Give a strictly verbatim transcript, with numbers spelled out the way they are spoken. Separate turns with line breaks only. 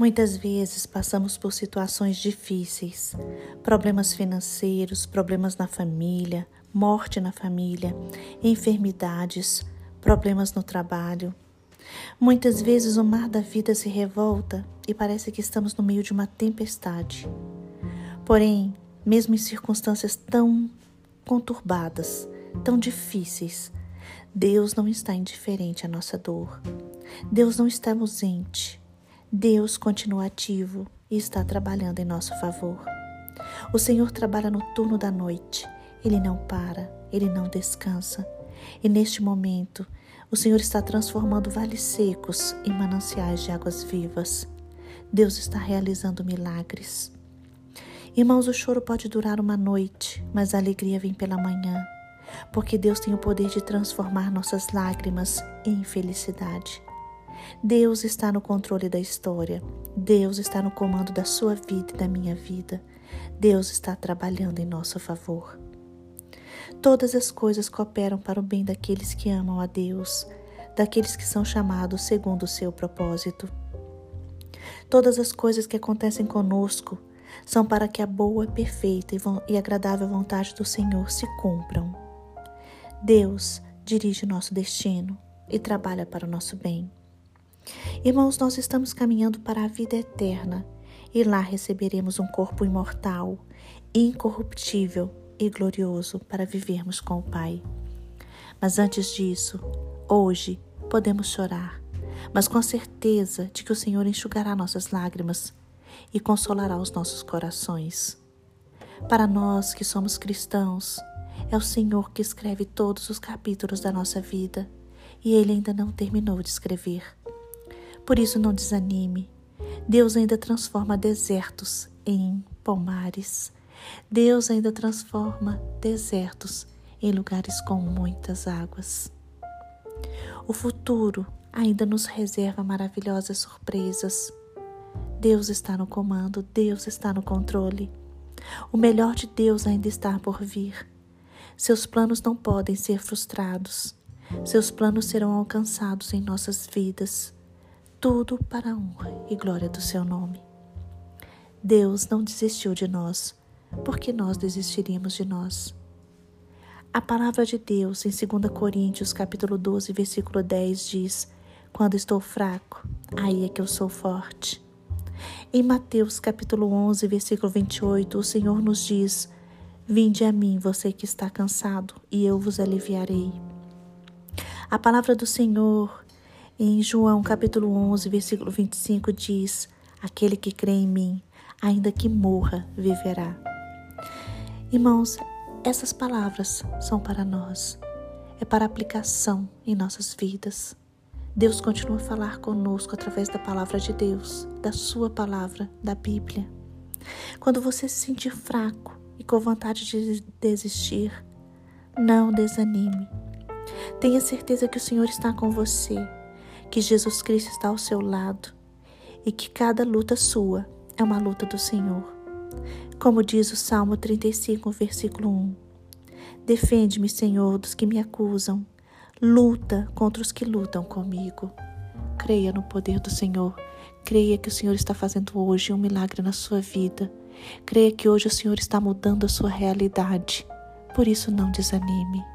Muitas vezes passamos por situações difíceis, problemas financeiros, problemas na família, morte na família, enfermidades, problemas no trabalho. Muitas vezes o mar da vida se revolta e parece que estamos no meio de uma tempestade. Porém, mesmo em circunstâncias tão conturbadas, tão difíceis, Deus não está indiferente à nossa dor. Deus não está ausente. Deus continua ativo e está trabalhando em nosso favor. O Senhor trabalha no turno da noite. Ele não para, Ele não descansa. E neste momento, o Senhor está transformando vales secos em mananciais de águas vivas. Deus está realizando milagres. Irmãos, o choro pode durar uma noite, mas a alegria vem pela manhã, porque Deus tem o poder de transformar nossas lágrimas em felicidade. Deus está no controle da história. Deus está no comando da sua vida e da minha vida. Deus está trabalhando em nosso favor. Todas as coisas cooperam para o bem daqueles que amam a Deus, daqueles que são chamados segundo o seu propósito. Todas as coisas que acontecem conosco são para que a boa, perfeita e agradável vontade do Senhor se cumpram. Deus dirige o nosso destino e trabalha para o nosso bem. Irmãos, nós estamos caminhando para a vida eterna e lá receberemos um corpo imortal, incorruptível e glorioso para vivermos com o Pai. Mas antes disso, hoje podemos chorar, mas com a certeza de que o Senhor enxugará nossas lágrimas e consolará os nossos corações. Para nós que somos cristãos, é o Senhor que escreve todos os capítulos da nossa vida e Ele ainda não terminou de escrever. Por isso não desanime. Deus ainda transforma desertos em pomares. Deus ainda transforma desertos em lugares com muitas águas. O futuro ainda nos reserva maravilhosas surpresas. Deus está no comando, Deus está no controle. O melhor de Deus ainda está por vir. Seus planos não podem ser frustrados. Seus planos serão alcançados em nossas vidas. Tudo para a honra e glória do seu nome. Deus não desistiu de nós, porque nós desistiríamos de nós. A palavra de Deus em dois Coríntios capítulo doze, versículo dez diz: quando estou fraco, aí é que eu sou forte. Em Mateus capítulo onze, versículo vinte e oito, o Senhor nos diz: vinde a mim, você que está cansado, e eu vos aliviarei. A palavra do Senhor em João capítulo onze, versículo vinte e cinco diz: aquele que crê em mim, ainda que morra, viverá. Irmãos, essas palavras são para nós, é para aplicação em nossas vidas. Deus continua a falar conosco através da palavra de Deus, da sua palavra, da Bíblia. Quando você se sentir fraco e com vontade de desistir, não desanime. Tenha certeza que o Senhor está com você, que Jesus Cristo está ao seu lado e que cada luta sua é uma luta do Senhor. Como diz o Salmo trinta e cinco, versículo um: defende-me, Senhor, dos que me acusam, luta contra os que lutam comigo. Creia no poder do Senhor, creia que o Senhor está fazendo hoje um milagre na sua vida, creia que hoje o Senhor está mudando a sua realidade, por isso não desanime.